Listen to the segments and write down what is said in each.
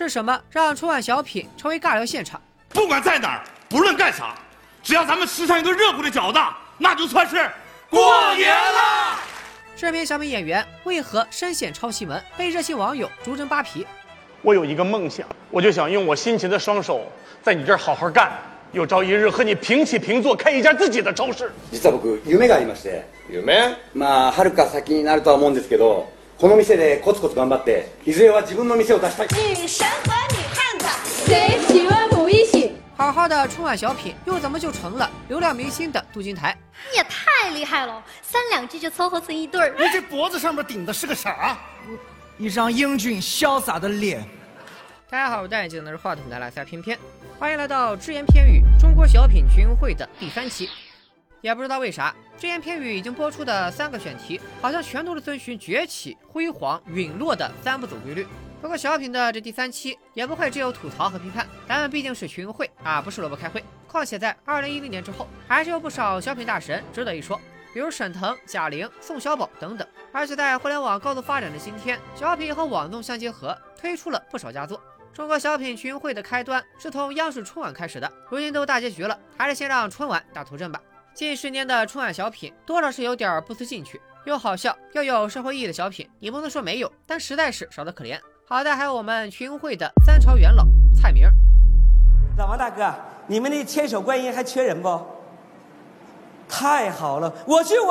是什么让春晚小品成为尬聊现场？ 不管在哪儿，不论干啥，只要咱们吃上一个热乎的饺子，那就算是过年了。 这名小品演员为何深陷抄袭门，被热心网友逐针扒皮？ 我有一个梦想，我就想用我辛勤的双手，在你这儿好好干，有朝一日和你平起平坐，开一家自己的超市。 実は僕夢がありまして。夢？まあ遥か先になるとは思うんですけど、この店でコツコツ頑張って、いずれは自分の店を出したい。 女神和女汉子，谁喜欢补一起？ 好好的春晚小品，又怎么就成了流量明星的镀金台？ 你也太厉害了，三两句就凑合成一对儿。 你这脖子上面顶的是个啥？一张英俊潇洒的脸。 大家好，我戴眼镜的是话筒的来塞偏偏，欢迎来到只言片语中国小品群英会的第3期。也不知道为啥，只言片语已经播出的3个选题，好像全都是遵循崛起、辉煌、陨落的3步走规律。不过小品的这第3期也不会只有吐槽和批判，咱们毕竟是群英会啊，不是萝卜开会。况且在2010年之后，还是有不少小品大神值得一说，比如沈腾、贾玲、宋小宝等等。而且在互联网高度发展的今天，小品和网综相结合，推出了不少佳作。中国小品群英会的开端是从央视春晚开始的，如今都大结局了，还是先让春晚打头阵吧。近10年的春晚小品多少是有点不思进取，又好笑又有社会意义的小品，你不能说没有，但实在是少得可怜。好在还有我们群英会的3朝元老蔡明。 老王大哥，你们那千手观音还缺人不？太好了，我去！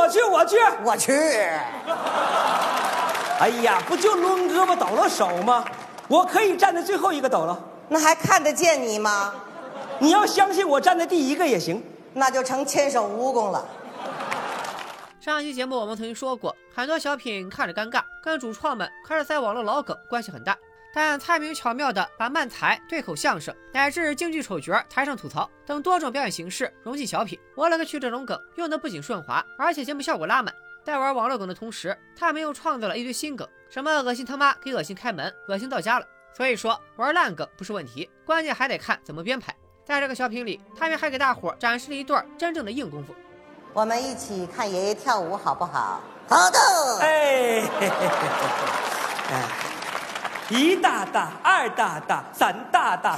哎呀，不就抡胳膊抖了手吗？我可以站在最后一个抖了。 那还看得见你吗？ 你要相信我，站在第1个也行。 那就成千手蜈蚣了。 上一期节目我们曾经说过，很多小品看着尴尬，跟主创们开始塞网络老梗关系很大。但蔡明巧妙地把漫才、对口相声乃至京剧丑角台上吐槽等多种表演形式融进小品，我勒个去，这种梗用的不仅顺滑，而且节目效果拉满。在玩网络梗的同时，他们又创造了一堆新梗，什么恶心他妈给恶心开门，恶心到家了。所以说玩烂梗不是问题，关键还得看怎么编排。在这个小品里，他们还给大伙展示了一段真正的硬功夫。 我们一起看爷爷跳舞好不好？好的。 哎，一大大，二大大，三大大。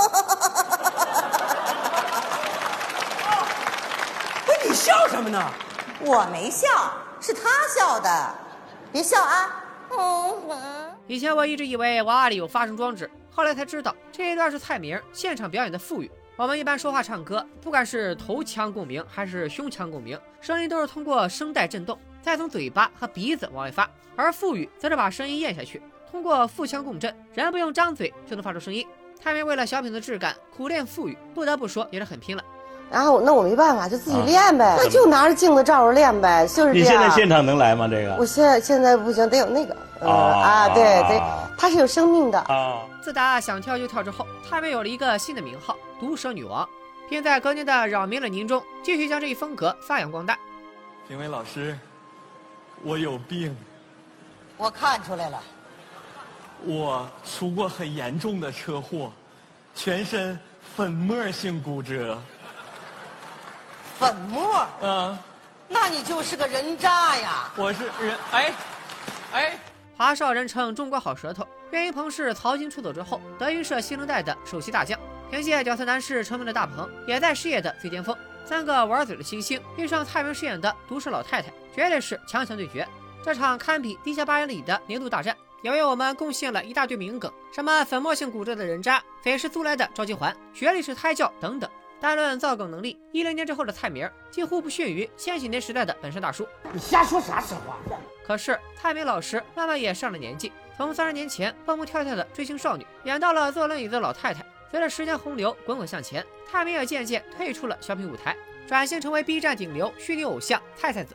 不是你笑什么呢？ 我没笑，是他笑的，别笑啊。 以前我一直以为娃娃里有发声装置，后来才知道这一段是蔡明现场表演的腹语。我们一般说话唱歌，不管是头腔共鸣还是胸腔共鸣，声音都是通过声带震动，再从嘴巴和鼻子往外发，而腹语则是把声音咽下去，通过腹腔共振，人不用张嘴就能发出声音。蔡明为了小品的质感苦练腹语，不得不说也是很拼了。 然后那我没办法，就自己练呗，那就拿着镜子照着练呗，就是这样。 你现在现场能来吗？这个我现在不行，得有那个对，它是有生命的啊。 自打想跳就跳之后，他们有了一个新的名号——毒舌女王，并在隔年的扰民了您中继续将这一风格发扬光大。 评委老师，我有病， 我看出来了， 我出过很严重的车祸，全身粉末性骨折。 粉末？那你就是个人渣呀！ 我是人， 华少人称中国好舌头，岳云鹏是曹晶出走之后德云社新生代的首席大将，凭借屌丝男士成名的大鹏也在事业的最巅峰。3个玩嘴的新星遇上蔡明饰演的毒舌老太太，绝对是强强对决。这场堪比地下8英里的年度大战，也为我们贡献了一大堆名梗，什么粉末性骨折的人渣、匪是租来的赵金环、学历是胎教等等。单论造梗能力，10年之后的蔡明几乎不逊于千禧年时代的本山大叔。 你瞎说啥实话？ 可是蔡明老师慢慢也上了年纪，从30年前蹦蹦跳跳的追星少女，演到了坐轮椅子的老太太。随着时间洪流滚滚向前，蔡明也渐渐退出了小品舞台，转型成为 B 站顶流虚拟偶像菜菜子。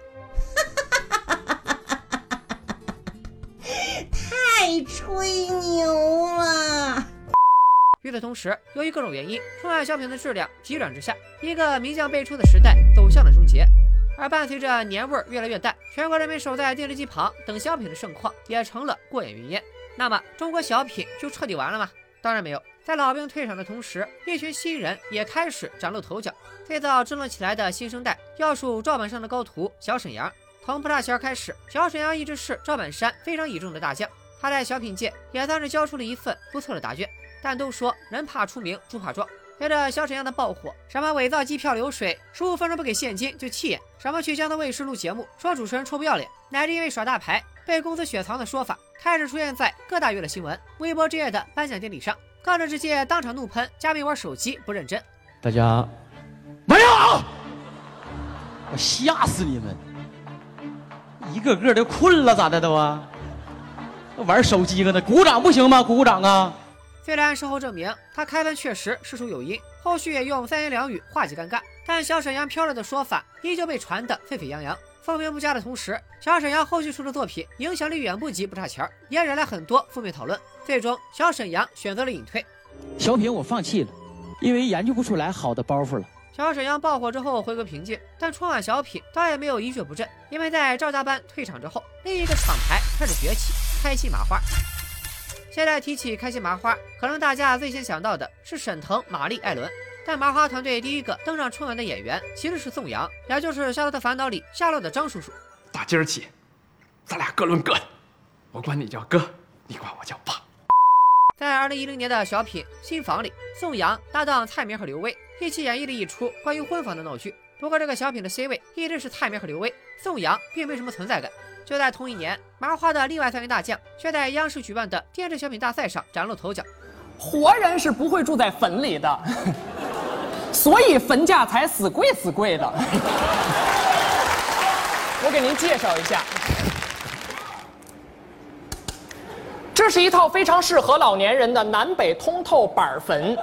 太吹牛了。 与此同时，由于各种原因，春晚小品的质量急转直下，一个名将辈出的时代走向了终结。而伴随着年味儿越来越淡，全国人民守在电视机旁等小品的盛况也成了过眼云烟。那么，中国小品就彻底完了吗？当然没有。在老兵退场的同时，一群新人也开始崭露头角。最早支棱起来的新生代，要数赵本山的高徒小沈阳。从扑大仙开始，小沈阳一直是赵本山非常倚重的大将。他在小品界也算是交出了一份不错的答卷。 但都说人怕出名，猪怕壮。随着小沈阳的爆火，什么伪造机票流水，15分钟不给现金就气眼，什么去江东卫视录节目说主持人臭不要脸，乃至因为耍大牌被公司雪藏的说法开始出现在各大娱乐新闻、微博之夜的颁奖典礼上，高着直接当场怒喷嘉宾玩手机不认真。 大家没有，我吓死你们，一个个都困了咋的都啊？玩手机了呢，鼓掌不行吗？鼓掌啊！ 虽然事后证明他开喷确实事出有因，后续也用三言两语化解尴尬，但小沈阳飘了的说法依旧被传得沸沸扬扬。风评不佳的同时，小沈阳后续出的作品影响力远不及不差钱，也惹来很多负面讨论。最终，小沈阳选择了隐退。 小品我放弃了，因为研究不出来好的包袱了。 小沈阳爆火之后回归平静，但春晚小品倒也没有一蹶不振，因为在赵家班退场之后，另一个厂牌开始崛起，开心麻花。现在提起开心麻花，可能大家最先想到的是沈腾、马丽、艾伦，但麻花团队第一个登上春晚的演员其实是宋阳，也就是《夏洛特烦恼》里夏洛的张叔叔。 打今儿起，咱俩各论各的，我管你叫哥，你管我叫爸。 在2010年的小品《新房》里，宋阳搭档蔡明和刘威一起演绎了一出关于婚房的闹剧。不过这个小品的 C 位一直是蔡明和刘威，宋阳并没什么存在感。就在同一年，麻花的另外3位大将却在央视举办的电视小品大赛上崭露头角。 活人是不会住在坟里的，所以坟价才死贵死贵的。我给您介绍一下，这是一套非常适合老年人的南北通透板坟。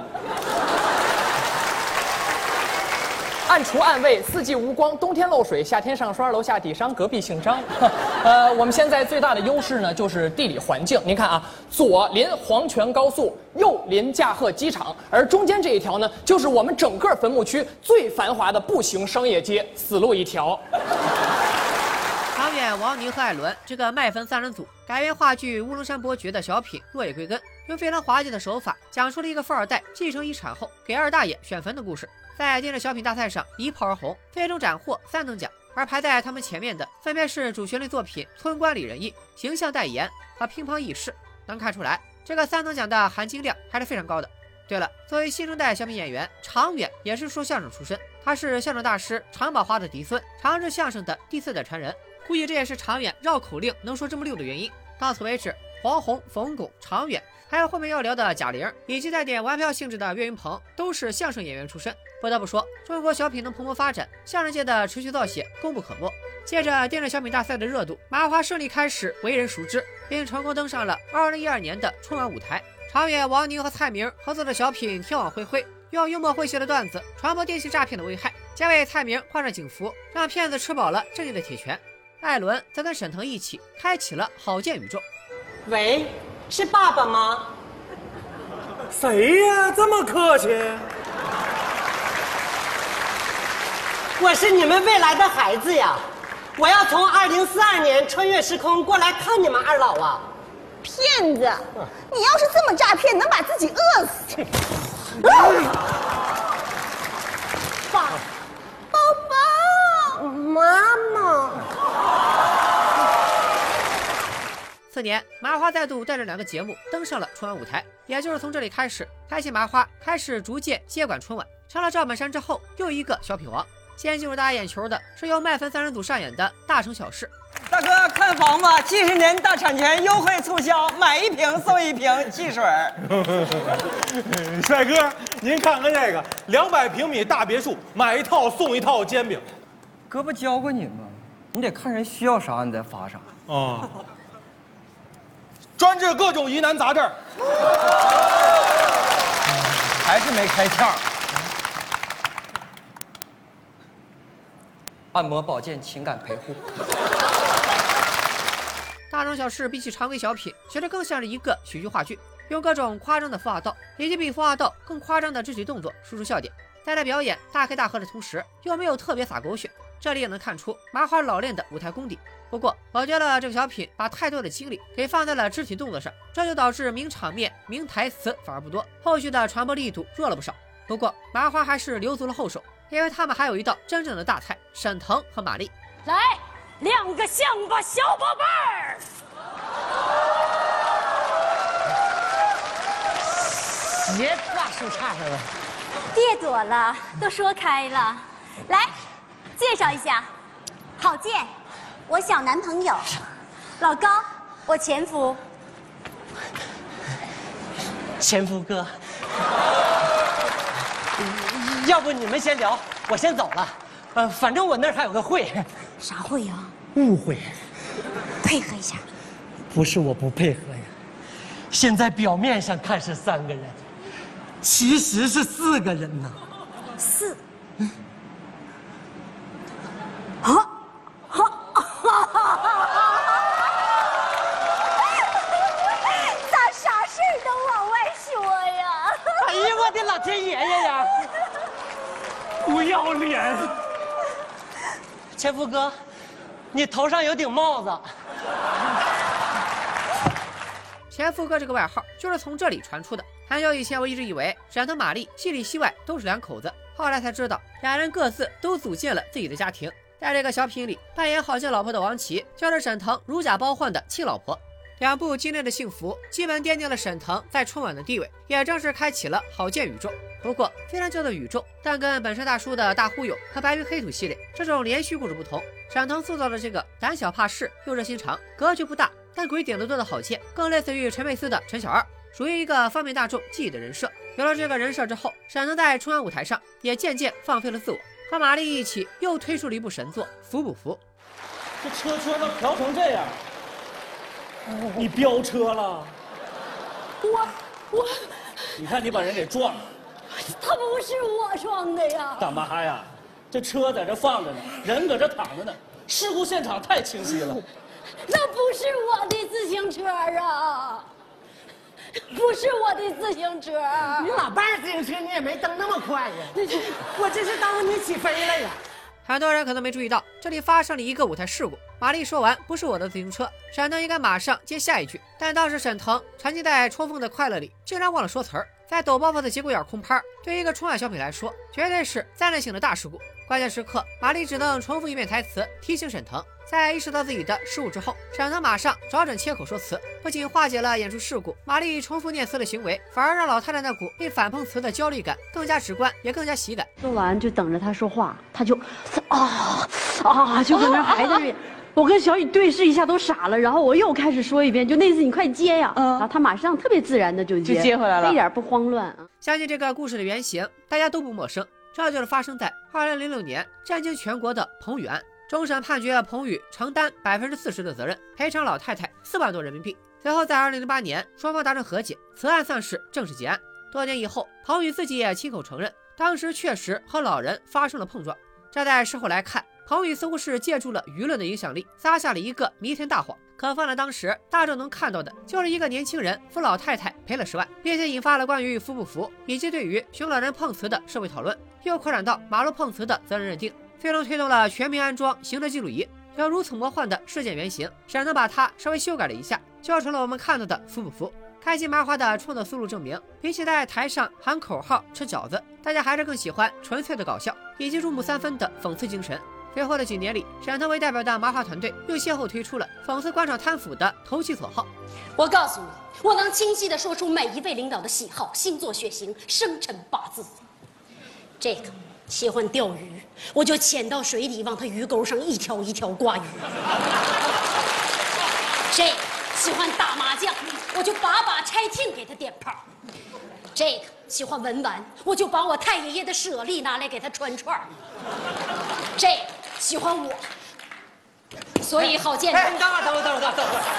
暗厨暗卫，四季无光，冬天漏水，夏天上霜，楼下底商，隔壁姓张。我们现在最大的优势呢，就是地理环境。您看啊，左临黄泉高速，右临驾鹤机场，而中间这一条呢，就是我们整个坟墓区最繁华的步行商业街，死路一条。 常远、王宁和艾伦这个卖坟3人组改编话剧《乌龙山伯爵》的小品《落叶归根》，用非常滑稽的手法讲述了一个富二代继承遗产后给二大爷选坟的故事。在电视小品大赛上一炮而红，最终斩获3等奖。而排在他们前面的分别是主旋律作品《村官李仁义》、形象代言和乒乓轶事。能看出来，这个3等奖的含金量还是非常高的。对了，作为新生代小品演员，常远也是说相声出身，他是相声大师常宝华的嫡孙，长治相声的第4代传人。估计这也是常远绕口令能说这么溜的原因。到此为止，黄宏、冯巩、常远，还有后面要聊的贾玲，以及带点玩票性质的岳云鹏，都是相声演员出身。不得不说，中国小品能蓬勃发展，相声界的持续造血功不可没。借着电视小品大赛的热度，麻花顺利开始为人熟知，并成功登上了2012年的春晚舞台。常远、王宁和蔡明合作的小品《天网恢恢》，用幽默诙谐的段子传播电信诈骗的危害，加为蔡明换上警服，让骗子吃饱了正义的铁拳。艾伦则跟沈腾一起开启了郝建宇宙。 喂，是爸爸吗？ 谁呀？这么客气？ 我是你们未来的孩子呀！我要从2042年穿越时空过来看你们二老啊！ 骗子！你要是这么诈骗，能把自己饿死。 爸， 宝宝， 妈妈。 4年，麻花再度带着2个节目登上了春晚舞台，也就是从这里开始，开心麻花开始逐渐接管春晚，成了赵本山之后又一个小品王。先进入大家眼球的是由卖坟3人组上演的大城小事。 大哥，看房子70年大产权优惠促销，买1瓶送1瓶汽水。 帅哥，您看看这个200平米大别墅，买1套送1套煎饼。 哥不教过你吗？你得看人需要啥，你再发啥。 哦。专治各种疑难杂症。 还是没开窍。按摩、保健、情感陪护。 大城小事比起常规小品，其实更像是一个喜剧话剧，用各种夸张的服化道以及比服化道更夸张的肢体动作输出笑点，在这表演大开大合的同时，又没有特别洒狗血，这里也能看出麻花老练的舞台功底。不过，我觉得这个小品把太多的精力给放在了肢体动作上，这就导致名场面、名台词反而不多，后续的传播力度弱了不少。不过，麻花还是留足了后手，因为他们还有一道真正的大菜——沈腾和马丽。 来，2个象吧，小宝贝儿。 鞋挂树杈上了。 别躲了，都说开了。来，介绍一下，郝建，我小男朋友；老高，我前夫。 前夫哥，要不你们先聊，我先走了。反正我那儿还有个会。 啥会呀？ 误会。 配合一下。 不是我不配合呀，现在表面上看是3个人，其实是4个人呢。 4。咋啥事儿都往外说呀？ 哎呀，我的老天爷爷呀！ 不要脸！ 前夫哥，你头上有顶帽子。 前夫哥这个外号就是从这里传出的。很久以前，我一直以为沈腾、马丽戏里戏外都是2口子，后来才知道，俩人各自都组建了自己的家庭。在这个小品里，扮演郝建老婆的王琦就是沈腾如假包换的亲老婆。2部经历的幸福，基本奠定了沈腾在春晚的地位，也正式开启了郝建宇宙。不过，虽然叫做宇宙，但跟本山大叔的大忽悠和白云黑土系列这种连续故事不同，沈腾塑造的这个胆小怕事又热心肠、格局不大但鬼点子多的郝建，更类似于陈佩斯的陈小二，属于一个方便大众记忆的人设。有了这个人设之后，沈腾在春晚舞台上也渐渐放飞了自我，和马丽一起又推出了一部神作《服不服》。 这车圈都调成这样，你飙车了？ 我， 你看你把人给撞了。 他不是我撞的呀！ 干嘛呀？这车在这放着呢，人搁这躺着呢，事故现场太清晰了。 那不是我的自行车啊！不是我的自行车。 你老伴儿自行车你也没蹬那么快呀！我这是耽误你起飞了呀！ 很多人可能没注意到，这里发生了一个舞台事故。马丽说完不是我的自行车，沈腾应该马上接下一句，但当时沈腾沉浸在冲锋的快乐里，竟然忘了说词儿。在抖包袱的节骨眼空拍，对于一个春晚小品来说，绝对是灾难性的大事故。关键时刻，马丽只能重复一遍台词提醒沈腾。在意识到自己的失误之后，沈腾马上找准切口说辞，不仅化解了演出事故，马丽重复念词的行为，反而让老太太那股被反碰瓷的焦虑感更加直观，也更加喜感。 说完就等着他说话，他就就搁那还在那。我跟小雨对视一下都傻了，然后我又开始说一遍，就那次你快接呀，然后他马上特别自然的就接回来了， 一点不慌乱啊。 相信这个故事的原型大家都不陌生，这就是发生在2006年震惊全国的彭宇案。终审判决彭宇承担40%的责任，赔偿老太太4万多人民币。随后在2008年双方达成和解，此案算是正式结案。多年以后，彭宇自己也亲口承认，当时确实和老人发生了碰撞。这在事后来看，彭宇似乎是借助了舆论的影响力，撒下了一个弥天大谎。可放在当时，大众能看到的就是一个年轻人扶老太太赔了10万，并且引发了关于服不服以及对于熊老人碰瓷的社会讨论，又扩展到马路碰瓷的责任认定，最终推动了全民安装行车记录仪。有如此魔幻的事件原型，沈腾把它稍微修改了一下，就成了我们看到的服不服。开心麻花的创作思路证明，比起在台上喊口号吃饺子，大家还是更喜欢纯粹的搞笑以及入木3分的讽刺精神。随后的几年里，沈腾为代表的麻花团队又先后推出了讽刺官场贪腐的投其所好。 我告诉你，我能清晰地说出每一位领导的喜好、星座、血型、生辰八字。这个喜欢钓鱼，我就潜到水里往他鱼钩上一条一条挂鱼。这个喜欢打麻将，我就把把拆听给他点炮。这个喜欢文玩，我就把我太爷爷的舍利拿来给他穿串。这个喜欢我，所以郝建。 等会儿。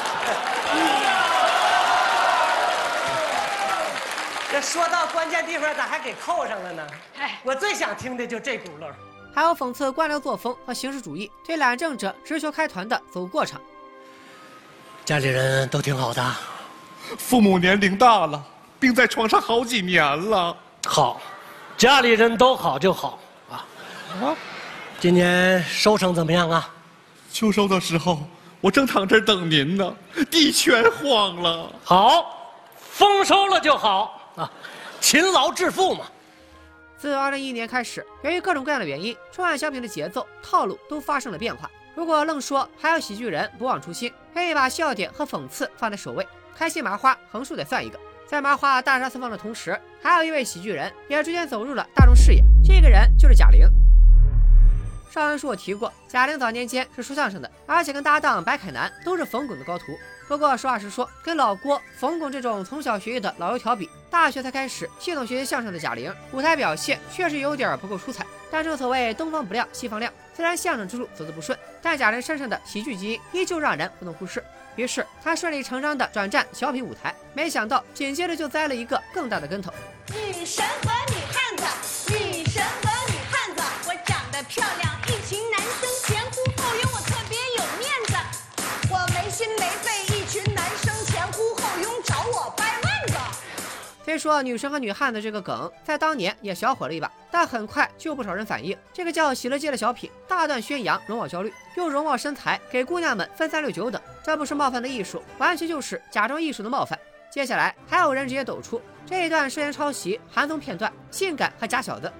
这说到关键地方，咋还给扣上了呢？我最想听的就这轱辘。 还有讽刺官僚作风和形式主义，对懒政者直球开团的走过场。 家里人都挺好的， 父母年龄大了，病在床上好几年了。 好，家里人都好就好啊。今年收成怎么样啊？ 秋收的时候，我正躺这儿等您呢，地全荒了。 好，丰收了就好啊，勤劳致富嘛。 自2011年开始，由于各种各样的原因，春晚小品的节奏套路都发生了变化。如果愣说还要喜剧人不忘初心，可以把笑点和讽刺放在首位，开心麻花横竖得算一个。 在麻花大杀四方的同时，还有一位喜剧人也逐渐走入了大众视野，这个人就是贾玲。上文书我提过，贾玲早年间是说相声的，而且跟搭档白凯南都是冯巩的高徒。不过实话实说，跟老郭、冯巩这种从小学艺的老油条比，大学才开始系统学习相声的贾玲，舞台表现确实有点不够出彩。但正所谓东方不亮西方亮，虽然相声之路走得不顺，但贾玲身上的喜剧基因依旧让人不能忽视。于是她顺理成章地转战小品舞台，没想到紧接着就栽了一个更大的跟头。 女神和女汉子，女神和女汉子，我长得漂亮，一群男生前呼后拥，我特别有面子，我没心没肺，一群男生前呼后拥找我掰腕子。 虽说女神和女汉子这个梗在当年也小火了一把，但很快就有不少人反映，这个叫喜乐街的小品大段宣扬容貌焦虑，用容貌身材给姑娘们分369等，这不是冒犯的艺术，完全就是假装艺术的冒犯。接下来还有人直接抖出这一段涉嫌抄袭韩综片段，性感和假小子。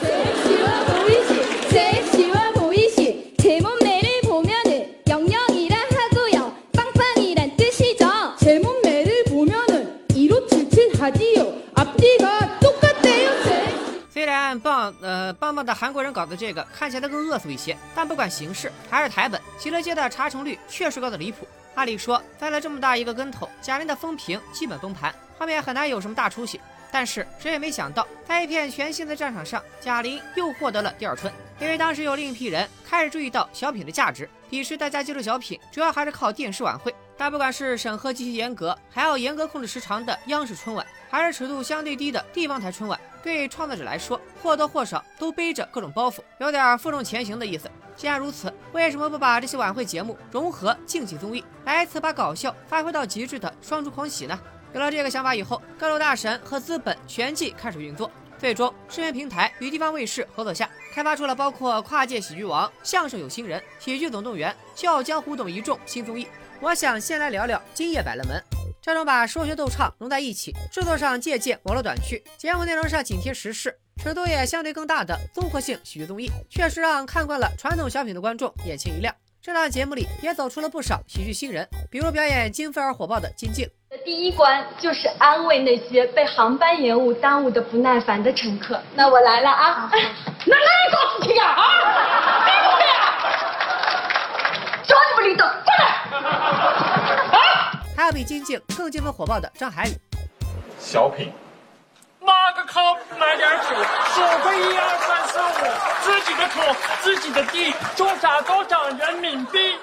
虽然棒棒的韩国人搞的这个看起来更恶俗一些，但不管形式还是台本，喜乐街的查重率确实高的离谱。按理说栽了这么大一个跟头，贾玲的风评基本崩盘，后面很难有什么大出息。但是谁也没想到，在一片全新的战场上，贾玲又获得了第二春。因为当时有另一批人开始注意到小品的价值，彼时大家接触小品主要还是靠电视晚会，但不管是审核极其严格，还要严格控制时长的央视春晚，还是尺度相对低的地方台春晚，对创作者来说或多或少都背着各种包袱，有点负重前行的意思。既然如此，为什么不把这些晚会节目融合竞技综艺，来一次把搞笑发挥到极致的双厨狂喜呢？有了这个想法以后，各路大神和资本旋即开始运作，最终视频平台与地方卫视合作下，开发出了包括跨界喜剧王、相声有新人、喜剧总动员、笑傲江湖等一众新综艺。我想先来聊聊今夜百乐门，这种把说学逗唱融在一起，制作上借鉴网络短剧，节目内容上紧贴时事，尺度也相对更大的综合性喜剧综艺，确实让看惯了传统小品的观众眼前一亮。这档节目里也走出了不少喜剧新人，比如表演经费而火爆的金靖。 第一关就是安慰那些被航班延误耽误的不耐烦的乘客。那我来了啊！那来搞事情啊！啊！别过来啊！找你们领导过来！啊！ 还有比金靖更经费火爆的张海宇。 小品。马个靠，买点酒，手挥1、2、3、4、5，自己的土，自己的地，种啥都涨人民币。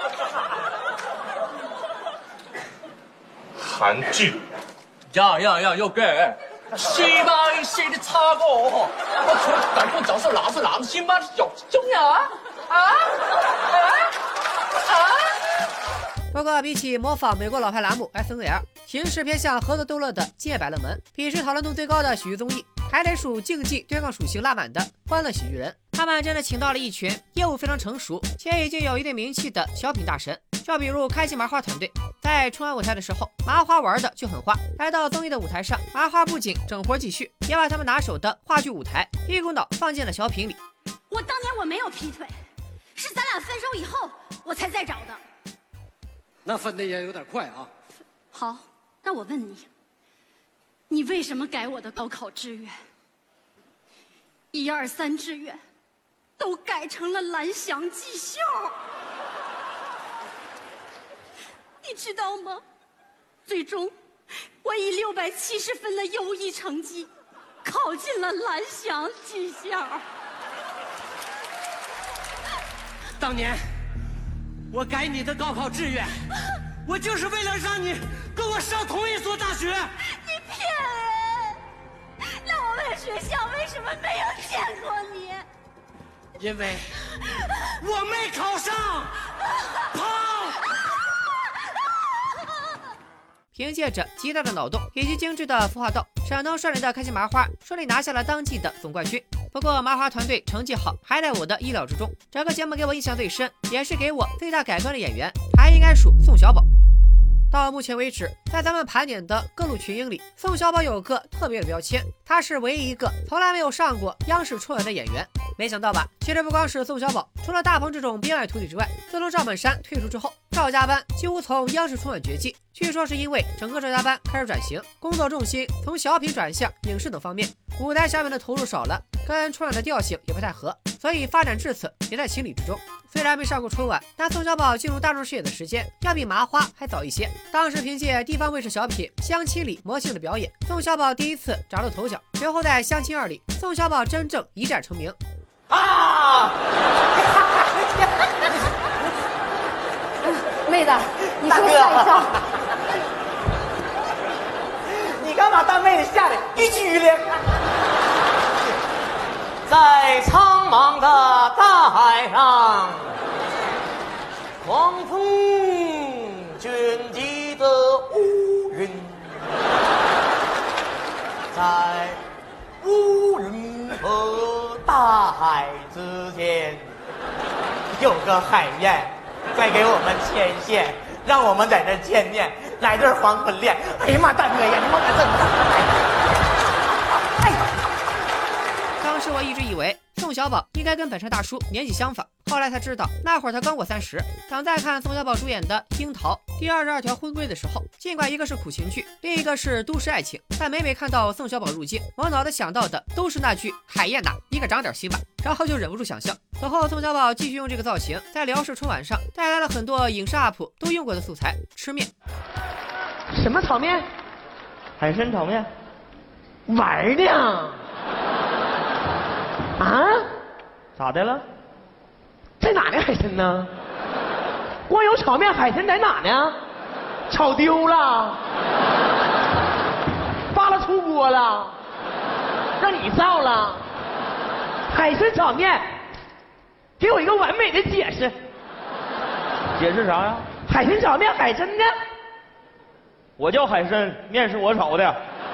韩剧， 要给，西马一些的差过，我从赶过早上拿着西马有重要啊！ 不过比起模仿美国老牌栏目 SNL， 形式偏向合作逗乐的今夜百乐门，彼时讨论度最高的喜剧综艺，还得数竞技对抗属性拉满的欢乐喜剧人。他们真的请到了一群业务非常成熟且已经有一定名气的小品大神，就比如开心麻花团队。在春晚舞台的时候，麻花玩的就很花，来到综艺的舞台上，麻花不仅整活继续，也把他们拿手的话剧舞台一股脑放进了小品里。 我当年我没有劈腿，是咱俩分手以后我才再找的。 那分的也有点快啊。 好，那我问你，你为什么改我的高考志愿？1、2、3志愿都改成了蓝翔技校，你知道吗？最终我以670分的优异成绩考进了蓝翔技校。 当年我改你的高考志愿，我就是为了让你跟我上同一所大学。 你骗人！那我们学校为什么没有见过你？ 因为我没考上。跑！ 凭借着极大的脑洞以及精致的孵化道，沈腾率领的开心麻花顺利拿下了当季的总冠军。不过麻花团队成绩好还在我的意料之中，整个节目给我印象最深，也是给我最大改观的演员，还应该属宋小宝。到目前为止，在咱们盘点的各路群英里，宋小宝有个特别的标签，他是唯一一个从来没有上过央视春晚的演员。没想到吧？其实不光是宋小宝，除了大鹏这种编外徒弟之外，自从赵本山退出之后， 赵家班几乎从央视春晚绝迹，据说是因为整个赵家班开始转型，工作重心从小品转向影视等方面，舞台小品的投入少了，跟春晚的调性也不太合，所以发展至此也在情理之中。虽然没上过春晚，但宋小宝进入大众视野的时间要比麻花还早一些。当时凭借地方卫视小品《相亲》里魔性的表演，宋小宝第一次崭露头角。随后在《相亲2》里，宋小宝真正一战成名。 啊！ 妹子，你说吓一跳。 你干嘛大妹子吓得一拘了？在苍茫的大海上，狂风卷积的乌云，在乌云和大海之间有个海燕，快给我们牵线，让我们在这见面，来对黄昏恋。哎呀妈，大哥呀，你们敢这么打？ 当时我一直以为宋小宝应该跟本山大叔年纪相仿，后来才知道那会儿他刚过30。等再看宋小宝主演的《樱桃》第22条婚规的时候，尽管一个是苦情剧，另一个是都市爱情，但每看到宋小宝入镜，我脑袋想到的都是那句海燕呐，你可长点心吧，然后就忍不住想笑。此后宋小宝继续用这个造型在辽视春晚上带来了很多影视 UP 都用过的素材，吃面。 什么炒面？海参炒面。玩呢？啊？咋的了？在哪呢？海参呢？光有炒面，海参在哪呢？炒丢了，扒拉出锅了，让你造了。海参炒面，给我一个完美的解释。 解释啥呀？ 海参炒面，海参呢？ 我叫海参，面是我炒的。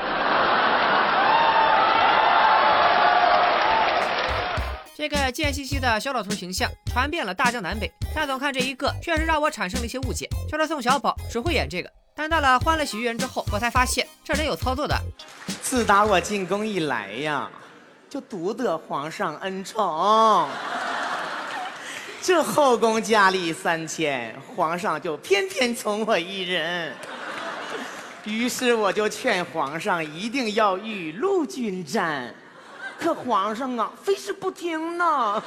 这个贱兮兮的小老头形象传遍了大江南北，但总看这一个确实让我产生了一些误解，觉得宋小宝只会演这个。但到了《欢乐喜剧人》之后，我才发现这人有操作的。 自打我进宫以来呀，就独得皇上恩宠，这后宫佳丽3000，皇上就偏偏宠我一人。于是我就劝皇上一定要雨露均沾。可皇上啊，非是不听呢。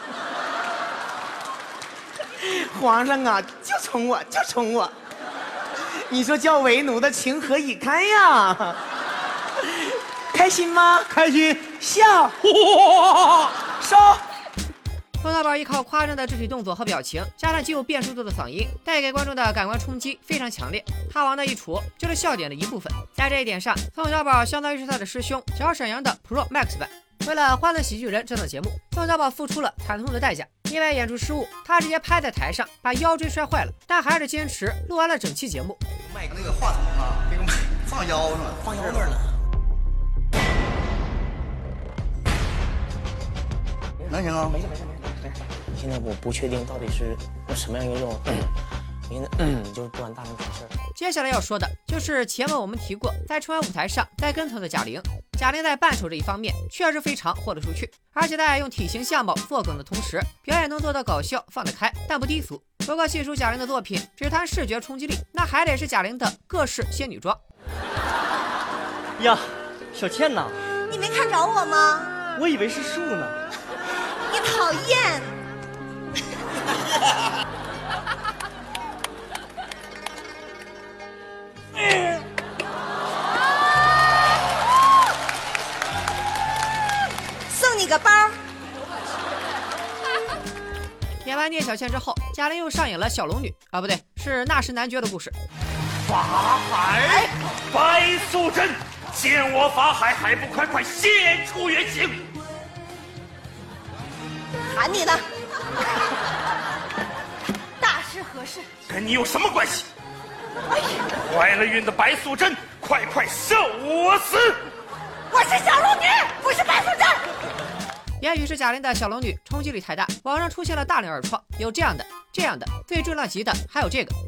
皇上啊，就宠我，就宠我。你说叫为奴的情何以堪呀？开心吗？ 开心。 笑。收。 宋小宝依靠夸张的肢体动作和表情，加上极有辨识度的嗓音，带给观众的感官冲击非常强烈。他往那一杵，就是笑点的一部分。在这一点上，宋小宝相当于是他的师兄小沈阳的 Pro Max 版。为了《欢乐喜剧人》这档节目，宋小宝付出了惨痛的代价。因为演出失误，他直接拍在台上，把腰椎摔坏了，但还是坚持录完了整期节目。 卖那个话筒啊，那个麦放腰上，放腰那儿了。能行啊？ 没事。现在我不确定到底是用什么样一种，我现在就是不管大人什么事儿。 接下来要说的就是前面我们提过，在春晚舞台上带跟头的贾玲。贾玲在扮丑这一方面确实非常豁得出去，而且在用体型相貌作梗的同时，表演能做到搞笑放得开，但不低俗。不过细数贾玲的作品，只谈视觉冲击力，那还得是贾玲的各式仙女装。 呀，小倩呐， 你没看着我吗？ 我以为是树呢。 你讨厌。送你个包。 演完聂小倩之后，贾玲又上演了小龙女啊，不对，是那时男爵的故事。 法海，白素贞，见我法海还不快快现出原形！ 喊你呢。大事何事？ 跟你有什么关系？怀了孕的白素贞，快快受我死！ 我是小龙女，不是白素贞。 也许是贾玲的小龙女冲击力太大，网上出现了大量二创，有这样的、这样的，最重量级的还有这个。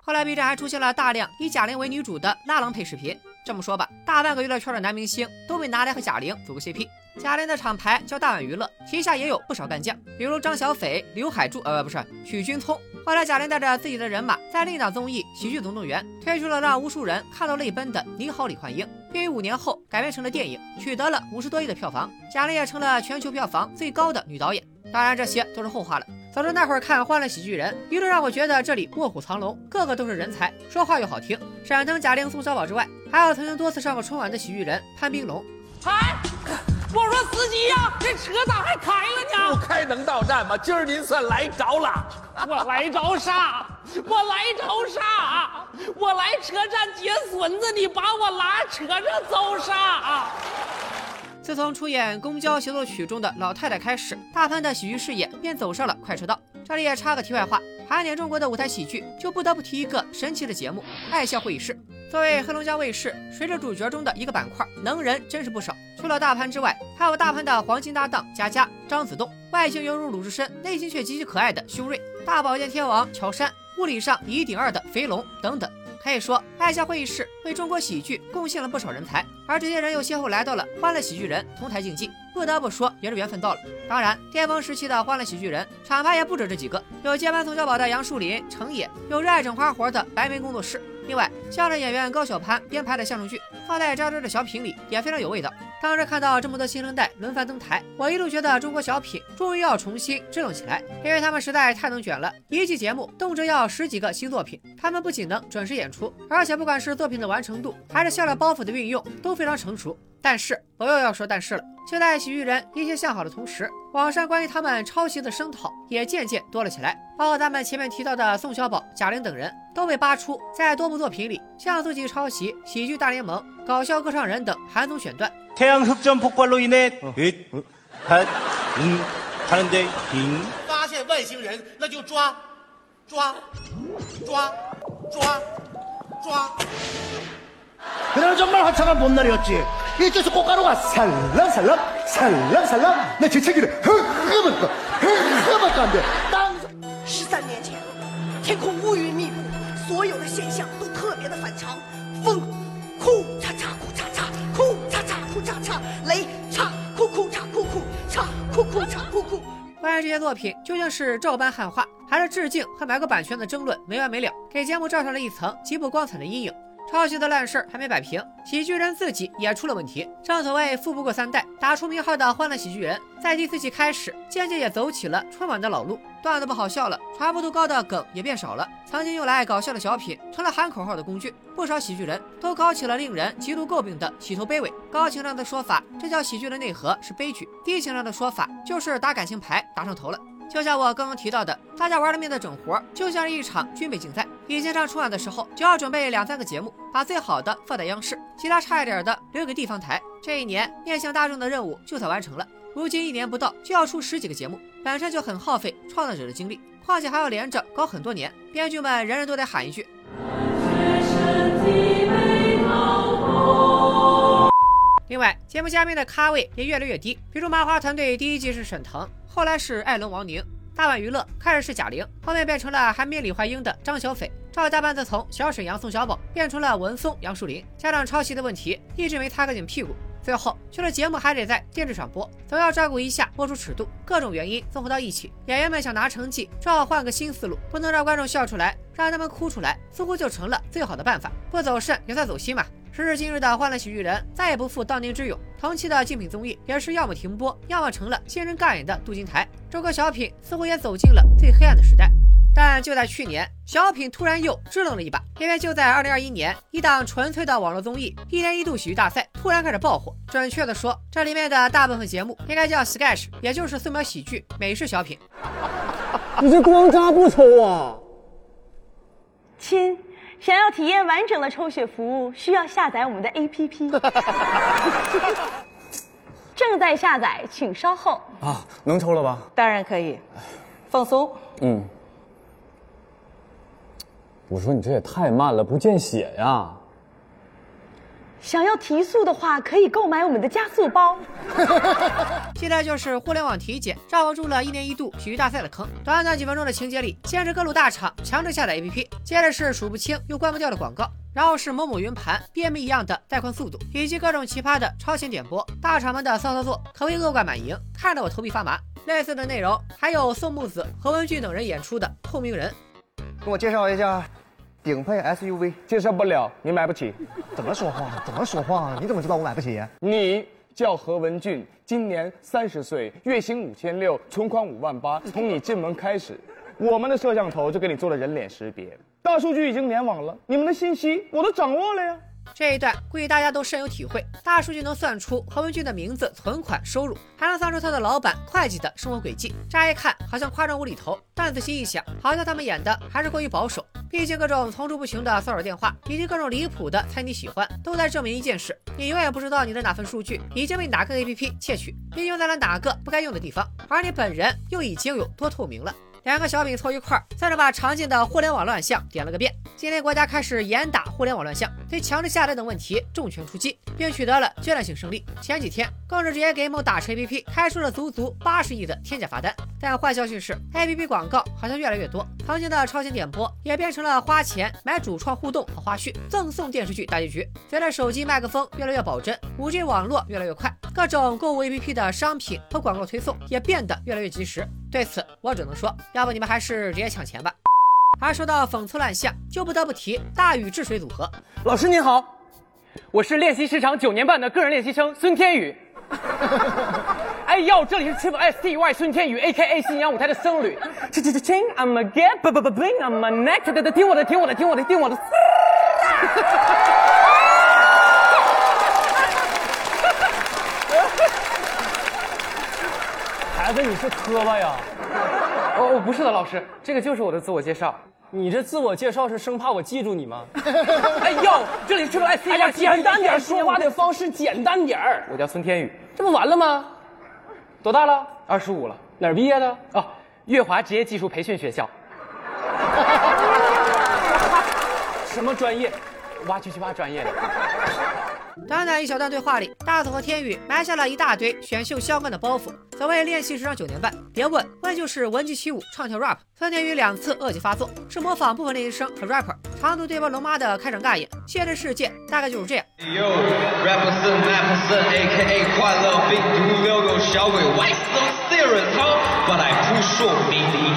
后来 B 站还出现了大量以贾玲为女主的拉郎配视频。这么说吧，大半个娱乐圈的男明星都被拿来和贾玲组个 CP。贾玲的厂牌叫大碗娱乐，旗下也有不少干将，比如张小斐、刘海柱，许君聪。后来贾玲带着自己的人马，在另一档综艺《喜剧总动员》推出了让无数人看到泪奔的《你好，李焕英》，并于5年后改编成了电影，取得了50多亿的票房。贾玲也成了全球票房最高的女导演。当然，这些都是后话了。早知那会儿看《欢乐喜剧人》，一度让我觉得这里卧虎藏龙，个个都是人才，说话又好听。闪腾贾玲、宋小宝之外，还有曾经多次上过春晚的喜剧人潘斌龙。 我说司机呀，这车咋还开了呢？不开能到站吗？今儿您算来着了。我来着啥？我来着啥？我来车站接孙子，你把我拉车上走啥？ 自从出演《公交协奏曲》中的老太太开始，大潘的喜剧事业便走上了快车道。这里也插个题外话，盘点中国的舞台喜剧，就不得不提一个神奇的节目——爱笑会议室。作为黑龙江卫视水着主角中的一个板块，能人真是不少。除了大潘之外，还有大潘的黄金搭档佳佳、张子栋，外形犹如鲁智深，内心却极其可爱的凶锐，大保健天王乔杉，物理上1顶2的肥龙等等。可以说，爱笑会议室为中国喜剧贡献了不少人才，而这些人又先后来到了欢乐喜剧人同台竞技，不得不说也是缘分到了。当然，巅峰时期的欢乐喜剧人厂牌也不止这几个，有接班宋小宝的杨树林、程野，有热爱整花活的白眉工作室。另外，相声演员高晓攀编排的相声剧，放在扎堆的小品里也非常有味道。当时看到这么多新生代轮番登台，我一度觉得中国小品终于要重新振作起来，因为他们实在太能卷了，一季节目动辄要10几个新作品。他们不仅能准时演出，而且不管是作品的完成度，还是笑料包袱的运用，都非常成熟。但是我又要说但是了，就在喜剧人一切向好的同时，网上关于他们抄袭的声讨也渐渐多了起来，包括咱们前面提到的宋小宝、贾玲等人都被扒出在多部作品里向自己抄袭《喜剧大联盟》、搞笑歌唱人等韩综选段。 태양흑점폭발로 인해 하는데 发现外星人，那就抓。 그날은 정말 화창한 봄날이었지. 이쪽에서 꽃가루가 살랑살랑 내 재채기를 흐뭇거 안 돼. 13年前，天空乌云密布，所有的现象都特别的反常。风，哭嚓嚓哭嚓嚓，哭嚓嚓哭嚓嚓；雷，嚓哭哭嚓哭哭嚓哭哭嚓哭哭。 关于这些作品究竟是照搬汉化，还是致敬和买个版权的争论没完没了，给节目罩上了一层极不光彩的阴影。 抄袭的烂事儿还没摆平，喜剧人自己也出了问题。正所谓富不过3代，打出名号的欢乐喜剧人，在第4季开始，渐渐也走起了春晚的老路，段子不好笑了，传播度高的梗也变少了。曾经用来搞笑的小品成了喊口号的工具，不少喜剧人都搞起了令人极度诟病的洗头卑微。高情商的说法，这叫喜剧的内核是悲剧；低情商的说法，就是打感情牌打上头了。 就像我刚刚提到的，大家玩了命的整活，就像是一场军备竞赛。以前上春晚的时候，就要准备2、3个节目，把最好的放在央视，其他差一点的留给地方台。这一年面向大众的任务就算完成了。如今1年不到就要出10几个节目，本身就很耗费创作者的精力，况且还要连着搞很多年，编剧们人人都得喊一句。另外，节目嘉宾的咖位也越来越低，比如麻花团队第1季是沈腾。 后来是艾伦、王宁，大碗娱乐开始是贾玲，后面变成了还没李焕英的张小斐，赵家班子从小沈阳、宋小宝变成了文松、杨树林，加上抄袭的问题，一直没擦干净屁股。最后，觉得节目还得在电视上播，总要照顾一下播出尺度，各种原因综合到一起，演员们想拿成绩，就要换个新思路，不能让观众笑出来，让他们哭出来，似乎就成了最好的办法。不走肾也算走心嘛。 时至今日的欢乐喜剧人再也不复当年之勇，同期的竞品综艺也是要么停播，要么成了新人尬演的镀金台。中国小品似乎也走进了最黑暗的时代。但就在去年，小品突然又支棱了一把，因为就在2021年，一档纯粹的网络综艺《1年1度喜剧大赛》突然开始爆火。准确的说，这里面的大部分节目应该叫 sketch， 也就是4秒喜剧、美式小品。 你这光渣不抽啊， 亲。 想要体验完整的抽血服务，需要下载我们的 APP。正在下载，请稍后。 啊，能抽了吧？ 当然可以，放松。 嗯。我说你这也太慢了，不见血呀。 想要提速的话，可以购买我们的加速包。 接着就是互联网体检，让我入了1年1度体育大赛的坑。短短几分钟的情节里，先是各路大厂强制下载 APP， 接着是数不清又关不掉的广告，然后是某某云盘便秘一样的带宽速度，以及各种奇葩的超前点播。大厂们的骚操作可谓恶贯满盈，看得我头皮发麻。类似的内容还有宋木子、何文俊等人演出的《透明人》。 给我介绍一下顶配 SUV。 介绍不了，你买不起。 怎么说话？怎么说话？你怎么知道我买不起呀？ 你叫何文俊，今年30岁，月薪5600，存款58000。从你进门开始，我们的摄像头就给你做了人脸识别，大数据已经联网了，你们的信息我都掌握了呀。 这一段估计大家都深有体会，大数据能算出何文俊的名字、存款、收入，还能算出他的老板、会计的生活轨迹。乍一看好像夸张无厘头，但仔细一想，好像他们演的还是过于保守。毕竟各种层出不穷的骚扰电话，以及各种离谱的猜你喜欢，都在证明一件事：你永远不知道你的哪份数据已经被哪个 APP 窃取，并用在了哪个不该用的地方，而你本人又已经有多透明了。两个小品凑一块儿，算是把常见的互联网乱象点了个遍。今天国家开始严打互联网乱象，对强制下载等问题重拳出击，并取得了阶段性胜利。前几天更是直接给某打车 APP 开出了足80亿的天价罚单。但坏消息是 ，APP 广告好像越来越多，曾经的超前点播也变成了花钱买主创互动和花絮，赠送电视剧大结局。随着手机麦克风越来越保真，5G 网络越来越快，各种购物 APP 的商品和广告推送也变得越来越及时。对此，我只能说，要不你们还是直接抢钱吧。而说到讽刺乱象，就不得不提大禹治水组合。 老师您好，我是练习时长9年半的个人练习生孙天宇。哎呦，这里是 STY 孙天宇 ，AKA 信仰舞台的僧侣。I'm a get bling I'm a neck， 听我的。 孩子，你是磕巴呀？ 哦，不是的，老师，这个就是我的自我介绍。 你这自我介绍是生怕我记住你吗？ 哎呦，这里是 STY， 哎呀，简单点，说话的方式简单点儿。 我叫孙天宇，这不完了吗？多大了？25了。 哪儿毕业的？ 哦，粤华职业技术培训学校。 什么专业？ 挖掘专业的。 短短一小段对话里，大佐和天宇埋下了一大堆选秀相关的包袱。所谓练习时长9年半，别问就是闻鸡起舞，唱跳 rap。孙天宇2次恶疾发作，是模仿部分练习生和 rapper 长途对波龙妈的开场尬演。现实世界大概就是这样。 rapper 森 AKA 快乐病毒溜溜小鬼 ，Why so serious？ 把来扑朔迷离。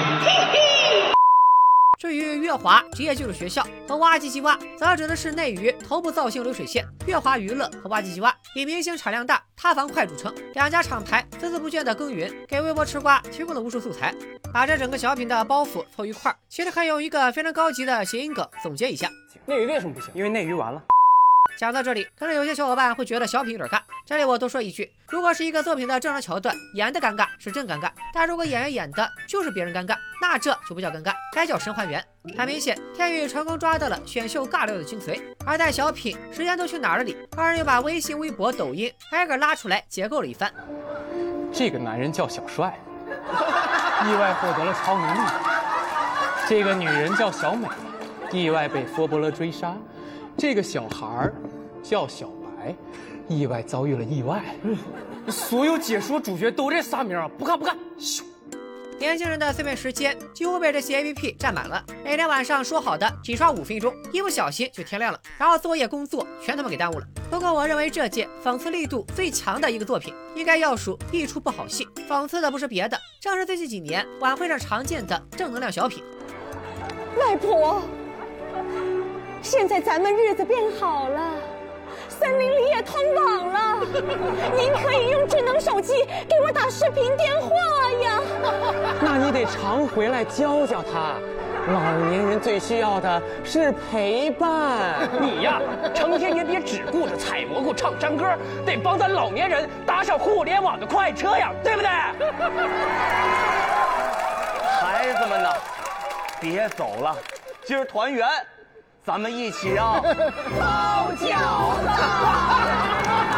至于粤华职业技术学校和挖机机挖，则指的是内娱头部造型流水线粤华娱乐和挖机机挖，以明星产量大、塌房快著称。2家厂牌孜孜不倦的耕耘，给微博吃瓜提供了无数素材。把这整个小品的包袱凑一块儿，其实可以用一个非常高级的谐音梗总结一下： 内娱为什么不行？ 因为内娱完了。 讲到这里，可能有些小伙伴会觉得小品有点尬。这里我多说一句，如果是一个作品的正常桥段，演的尴尬是真尴尬，但如果演员演的就是别人尴尬，那这就不叫尴尬，该叫神还原。很明显，天宇成功抓到了选秀尬聊的精髓，而在小品时间都去哪儿了里，二人又把微信、微博、抖音挨个拉出来解构了一番。 这个男人叫小帅，意外获得了超能力；这个女人叫小美，意外被佛伯勒追杀；这个小孩叫小白，意外遭遇了意外。 所有解说主角都这仨名啊！不看。咻。 年轻人的碎片时间几乎被这些 APP 占满了，每天晚上说好的只刷5分钟，一不小心就天亮了，然后作业工作全他妈给耽误了。不过我认为这届讽刺力度最强的一个作品，应该要数一出不好戏。讽刺的不是别的，正是最近几年晚会上常见的正能量小品。 外婆，现在咱们日子变好了，森林里也通网了，您可以用智能手机给我打视频电话呀。 那你得常回来教教他，老年人最需要的是陪伴。 你呀，成天也别只顾着采蘑菇唱山歌，得帮咱老年人搭上互联网的快车呀，对不对？ 孩子们呢，别走了，今儿团圆，咱们一起啊包饺子。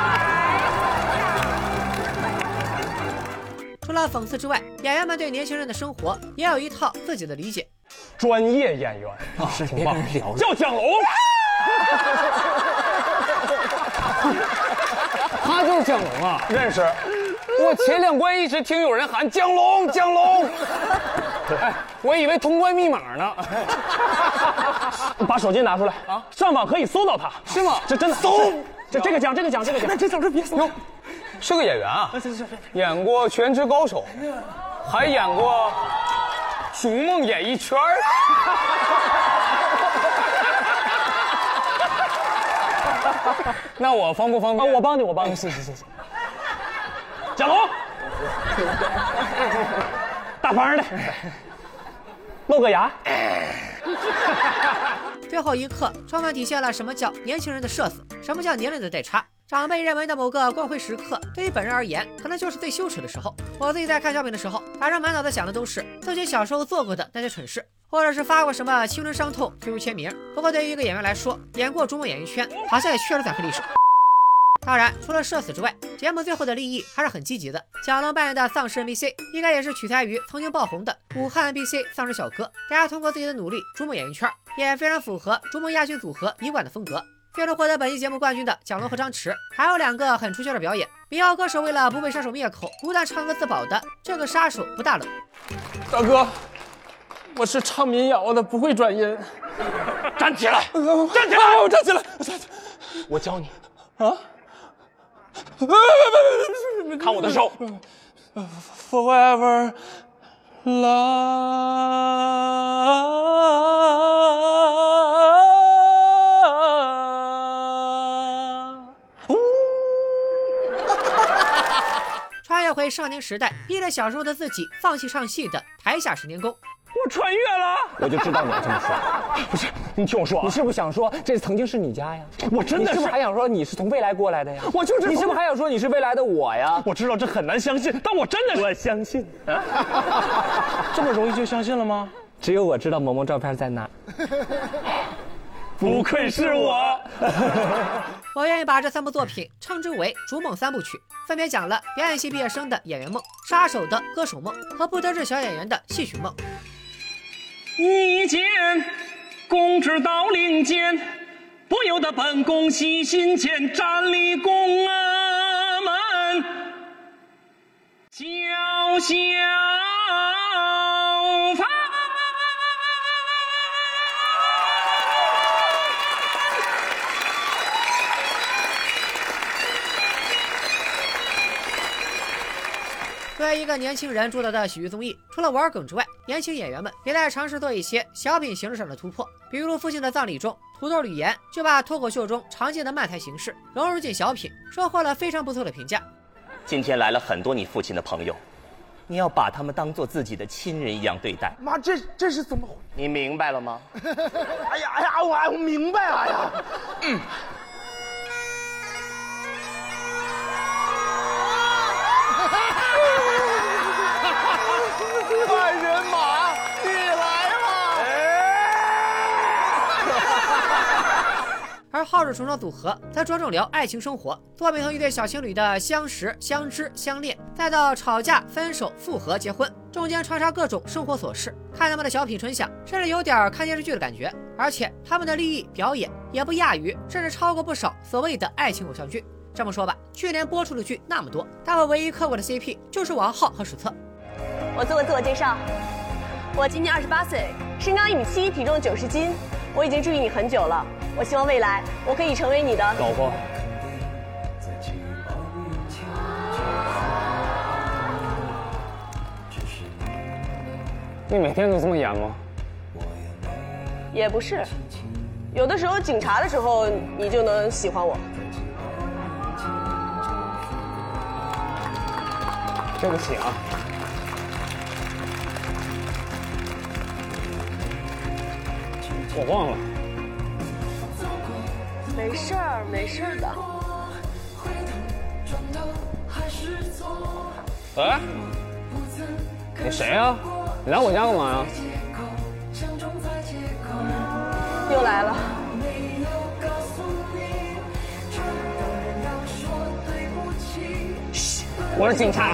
除了讽刺之外，演员们对年轻人的生活也有一套自己的理解。 专业演员是别跟人聊叫蒋龙， 他就是蒋龙啊， 认识。 我前两关一直听有人喊江龙，江龙。哎，我以为通关密码呢。 把手机拿出来啊！上网可以搜到他， 是吗？ 这真的搜。 这个奖。 那这早是别搜。是个演员啊，演过《全职高手》，还演过《逐梦演艺圈》。那我方不方便？ 我帮你。 是。 蒋龙，大方的，露个牙。 最后一刻，充分体现了什么叫年轻人的社死，什么叫年龄的代差。长辈认为的某个光辉时刻，对于本人而言，可能就是最羞耻的时候。我自己在看小品的时候，反正满脑子想的都是自己小时候做过的那些蠢事，或者是发过什么青春伤痛 QQ 签名。不过对于一个演员来说，演过《逐梦演艺圈》，好像也确实载入历史。当然，除了社死之外，节目最后的立意还是很积极的。蒋龙扮演的丧尸 NPC 应该也是取材于曾经爆红的武汉 NPC 丧尸小哥。大家通过自己的努力逐梦演艺圈，也非常符合逐梦亚军组合一贯的风格。最终获得本期节目冠军的蒋龙和张弛，还有两个很出圈的表演。民谣歌手为了不被杀手灭口，不但唱歌自保的这个杀手不大冷。 大哥，我是唱民谣的，不会转音。 站起来！ 我站起来！ 我教你啊！ 看我的手。 Forever love。 穿越回少年时代，逼着小时候的自己放弃唱戏的台下10年功。 我穿越了，我就知道你要这么说。不是，你听我说， 你是不是想说这曾经是你家呀？ 我真的是不是还想说你是从未来过来的呀？ 我就是。 你是不是还想说你是未来的我呀？ 我知道这很难相信，但我真的我相信。 这么容易就相信了吗？ 只有我知道萌萌照片在哪。 不愧是我。 我愿意把这3部作品称之为逐梦3部曲，分别讲了表演系毕业生的演员梦、杀手的歌手梦和不得志小演员的戏曲梦。 一见公之到领间，不由得本宫喜心间，站立宫门叫小房。 作为一个年轻人主导的喜剧综艺，除了玩梗之外，年轻演员们也在尝试做一些小品形式上的突破。比如《父亲的葬礼》中，土豆吕岩就把脱口秀中常见的漫才形式融入进小品，收获了非常不错的评价。 今天来了很多你父亲的朋友，你要把他们当做自己的亲人一样对待。 妈，这是怎么回事？ 你明白了吗？ 哎呀，我明白了呀。万人马，你来了！ 而浩日重装组合则着重聊爱情生活，作品从一对小情侣的相识、相知、相恋，再到吵架、分手、复合、结婚，中间穿插各种生活琐事。看他们的小品纯享，甚至有点看电视剧的感觉。而且他们的立意表演也不亚于，甚至超过不少所谓的爱情偶像剧。这么说吧，去年播出的剧那么多，但我唯一磕过的 CP 就是王浩和史策。 我做个自我介绍，我今年28岁，身高1.7米，体重90斤。我已经注意你很久了，我希望未来我可以成为你的老婆。 你每天都这么演吗？ 也不是，有的时候警察的时候，你就能喜欢我。 对不起啊。我忘了。 没事儿，没事儿的。 哎，你谁呀？你来我家干嘛呀？ 又来了。 我是警察。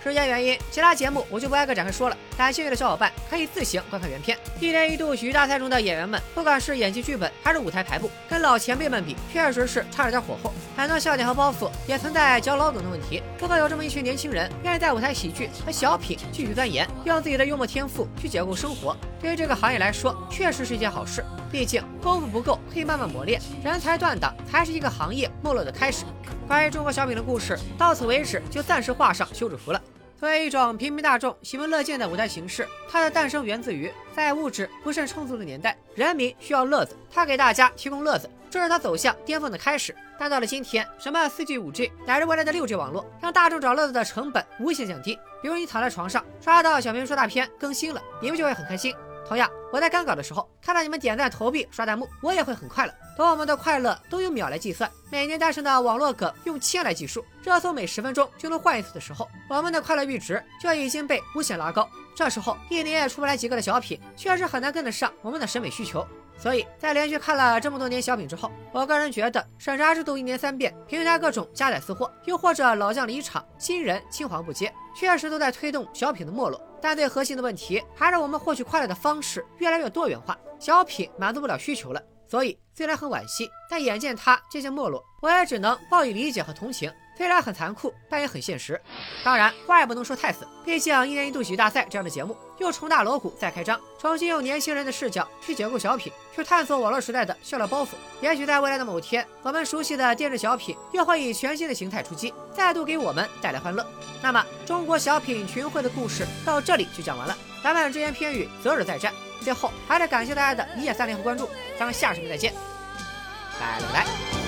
时间原因，其他节目我就不挨个展开说了，感兴趣的小伙伴可以自行观看原片。一年一度喜剧大赛中的演员们，不管是演技剧本还是舞台排布，跟老前辈们比，确实是差了点火候。很多笑点和包袱也存在嚼老梗的问题。不过有这么一群年轻人，愿意在舞台喜剧和小品继续钻研，用自己的幽默天赋去解构生活，对于这个行业来说，确实是一件好事。毕竟功夫不够，可以慢慢磨练，人才断档才是一个行业没落的开始。关于中国小品的故事，到此为止就暂时画上休止符了。作为一种平民大众喜闻乐见的舞台形式，它的诞生源自于在物质不甚充足的年代，人民需要乐子，它给大家提供乐子，这是它走向巅峰的开始。但到了今天，什么 4G、5G 乃至未来的6G 网络，让大众找乐子的成本无限降低。比如你躺在床上刷到小明说大片更新了，你们就会很开心。同样，我在赶稿的时候看到你们点赞、投币、刷弹幕，我也会很快乐。等我们的快乐都用秒来计算，每年诞生的网络梗用千来计数，热搜每10分钟就能换一次的时候，我们的快乐阈值就已经被无限拉高。这时候一年也出不来几个的小品，确实很难跟得上我们的审美需求。所以在连续看了这么多年小品之后，我个人觉得审查制度1年3变，平台各种加载私货，又或者老将离场，新人青黄不接，确实都在推动小品的没落。但最核心的问题还是我们获取快乐的方式越来越多元化，小品满足不了需求了。所以虽然很惋惜，但眼见它渐渐没落，我也只能报以理解和同情。虽然很残酷，但也很现实。当然话也不能说太死，毕竟1年1度喜剧大赛这样的节目又重大锣鼓再开张，重新用年轻人的视角去解构小品，去探索网络时代的笑料包袱。也许在未来的某天，我们熟悉的电视小品又会以全新的形态出击，再度给我们带来欢乐。那么中国小品群会的故事到这里就讲完了，咱们只言片语择日再战。最后还是感谢大家的一键3连和关注，咱们下视频再见，拜了个拜。